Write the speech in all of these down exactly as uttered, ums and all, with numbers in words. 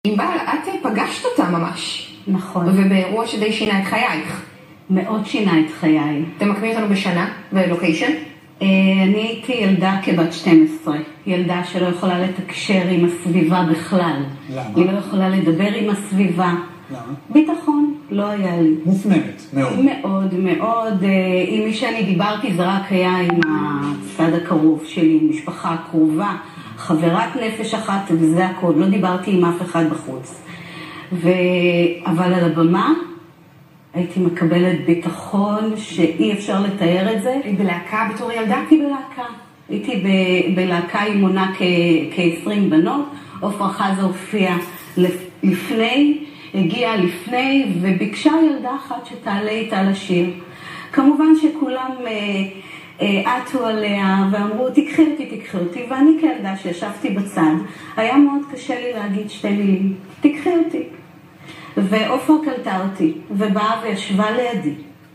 ענבל, את פגשת אותה ממש. נכון. ובאירוע שדי שינה את חייך. מאוד שינה את חיי. אתם מכירים אותנו בשנה ולוקיישן? אני הייתי ילדה כבת שתים עשרה. ילדה שלא יכולה לתקשר עם הסביבה בכלל. למה? היא לא יכולה לדבר עם הסביבה. למה? ביטחון לא היה לי. מופנמת, מאוד. מאוד מאוד. עם מי שאני דיברתי זה רק היה עם הצד הקרוב שלי, משפחה קרובה, חברת נפש אחת, וזה הכל. לא דיברתי עם אף אחד בחוץ. ו... אבל על הבמה הייתי מקבלת ביטחון שאי אפשר לתאר את זה. היית בלהקה בתור ילדה? הייתי בלהקה. הייתי ב... בלהקה עם מונה כ... כ-עשרים בנות. עופרה חזה הופיעה לפני, הגיעה לפני, וביקשה ילדה אחת שתעלה איתה לשיר. כמובן שכולם אה, עטו עליה ואמרו, תקחי אותי, תקחי אותי, ואני כילדה שישבתי בצד, היה מאוד קשה לי להגיד שתי מילים, תקחי אותי. ועופרה קלטה אותי, ובאה וישבה לידי,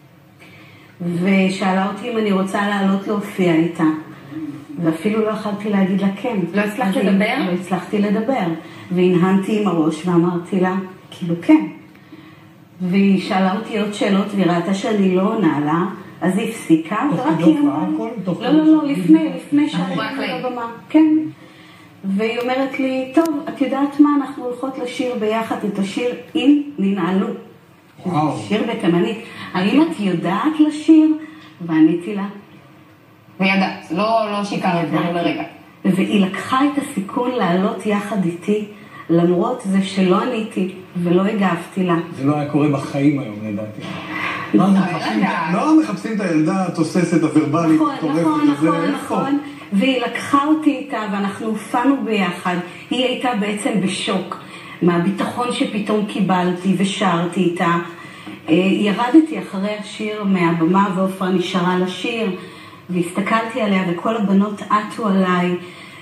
ושאלה אותי אם אני רוצה לעלות להופיע איתה, ואפילו לא יכולתי להגיד לה כן. לא הצלחת לדבר? לא הצלחתי לדבר, והנהנתי עם הראש ואמרתי לה, כאילו כן. והיא שאלה אותי עוד שאלות, והיא ראתה שאני לא עונה לה, אז היא הפסיקה, ורק היא אמרה, לא, לא, לא, לפני, לפני שעליתי על הבמה, כן. והיא אומרת לי, טוב, את יודעת מה, אנחנו הולכות לשיר ביחד את השיר אם ננעלו. וואו. שיר בתימנית. האם את יודעת לשיר? ועניתי לה. וידעת, לא, לא שיקרת דברים לרגע. והיא לקחה את הסיכון לעלות יחד איתי, למרות זה שלא עניתי ולא הגבתי לה. זה לא היה קורה בחיים היום, לדעתי. לא מחפשים את הילדה התוססת, הוורבלית, נכון, נכון, נכון, נכון. והיא לקחה אותי איתה ואנחנו הופענו ביחד. היא הייתה בעצם בשוק מהביטחון שפתאום קיבלתי ושרתי איתה. ירדתי אחרי השיר מהבמה ועופרה נשארה לשיר, והסתכלתי עליה וכל הבנות עטו עליי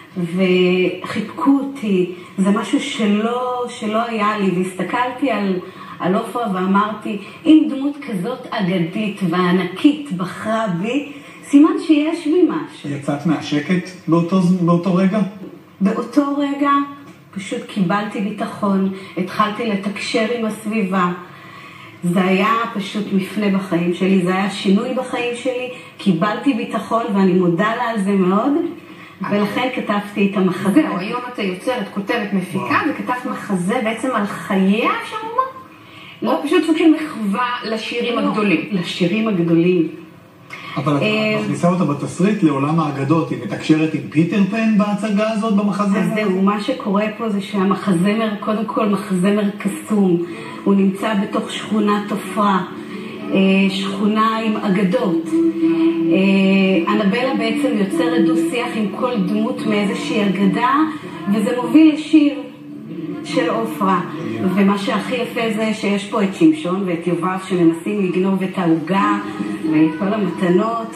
וחיבקו אותי. זה משהו שלא, שלא היה לי, והסתכלתי על, על עופרה ואמרתי, אם דמות כזאת אגדית וענקית בחרה בי, סימן שיש בי משהו. יצאת מהשקט באותו, באותו רגע? באותו רגע פשוט קיבלתי ביטחון, התחלתי לתקשר עם הסביבה. זה היה פשוט מפנה בחיים שלי, זה היה שינוי בחיים שלי, קיבלתי ביטחון ואני מודה לה על זה מאוד, ולכן כתבתי את המחזה. זהו, היום אתה יוצרת, כותבת, מפיקה, וכתבת מחזה בעצם על חייה, אפשר לומר? או פשוט סוג של מחווה לשירים הגדולים? לשירים הגדולים. אבל את מכניסה אותה בתסריט לעולם האגדות, היא מתקשרת עם פיטר פן בהצגה הזאת, במחזה? אז זהו, מה שקורה פה זה שהמחזמר, קודם כל מחזמר קסום, הוא נמצא בתוך שכונת עופרה, שכונה עם אגדות. אנבלה בעצם יוצרת דו שיח עם כל דמות מאיזושהי אגדה, וזה מוביל לשיר של עופרה. ומה שהכי יפה זה שיש פה את שמשון ואת יובב שמנסים לגנוב את העוגה ואת כל המתנות,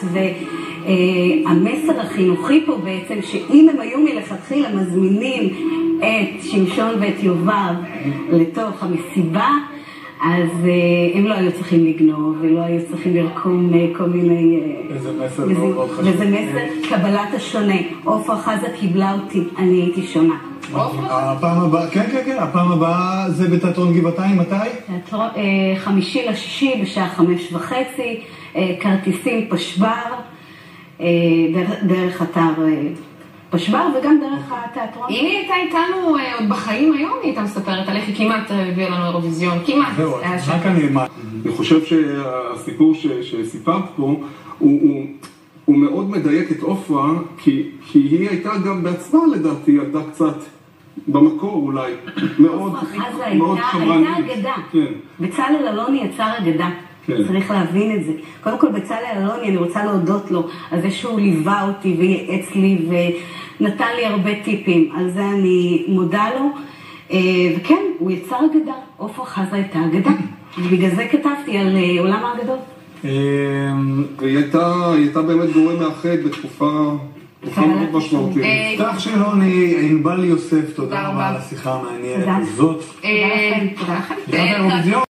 והמסר החינוכי פה בעצם שאם הם היו מלכתחילה מזמינים את שמשון ואת יובב לתוך המסיבה, אז הם לא היו צריכים לגנוב ולא היו צריכים לרקום כל מיני... איזה מסר מאוד מאוד חשוב. וזה מסר קבלת השונה. עופרה חזה קיבלה אותי, אני הייתי שונה. הפעם הבאה, כן, כן, כן, הפעם הבאה זה בתיאטרון גבעתיים, מתי? תיאטרון, חמישי לשישי בשעה חמש וחצי, כרטיסים פשבר, דרך אתר פשבר וגם דרך התיאטרון. אם היא הייתה איתנו עוד בחיים היום, היא הייתה מספרת על איך היא כמעט הביאה לנו אירוויזיון, כמעט. זהו, רק אני אמר. אני חושב שהסיפור שסיפרת פה הוא מאוד מדייק את עופרה, כי היא הייתה גם בעצמה לדעתי ילדה קצת במקור אולי, מאוד שמרנית. הייתה אגדה. בצלאל אלוני יצר אגדה. צריך להבין את זה. קודם כל בצלאל אלוני אני רוצה להודות לו על זה שהוא ליווה אותי וייעץ לי ונתן לי הרבה טיפים. על זה אני מודה לו. וכן, הוא יצר אגדה. עופרה חזה הייתה אגדה. ובגלל זה כתבתי על עולם האגדות. והיא הייתה באמת גורם מאחד בתקופה מאוד משמעותית. סתיו שילוני, ענבל יוסף, תודה רבה על השיחה המעניינת הזאת. תודה לכם. תודה לכם.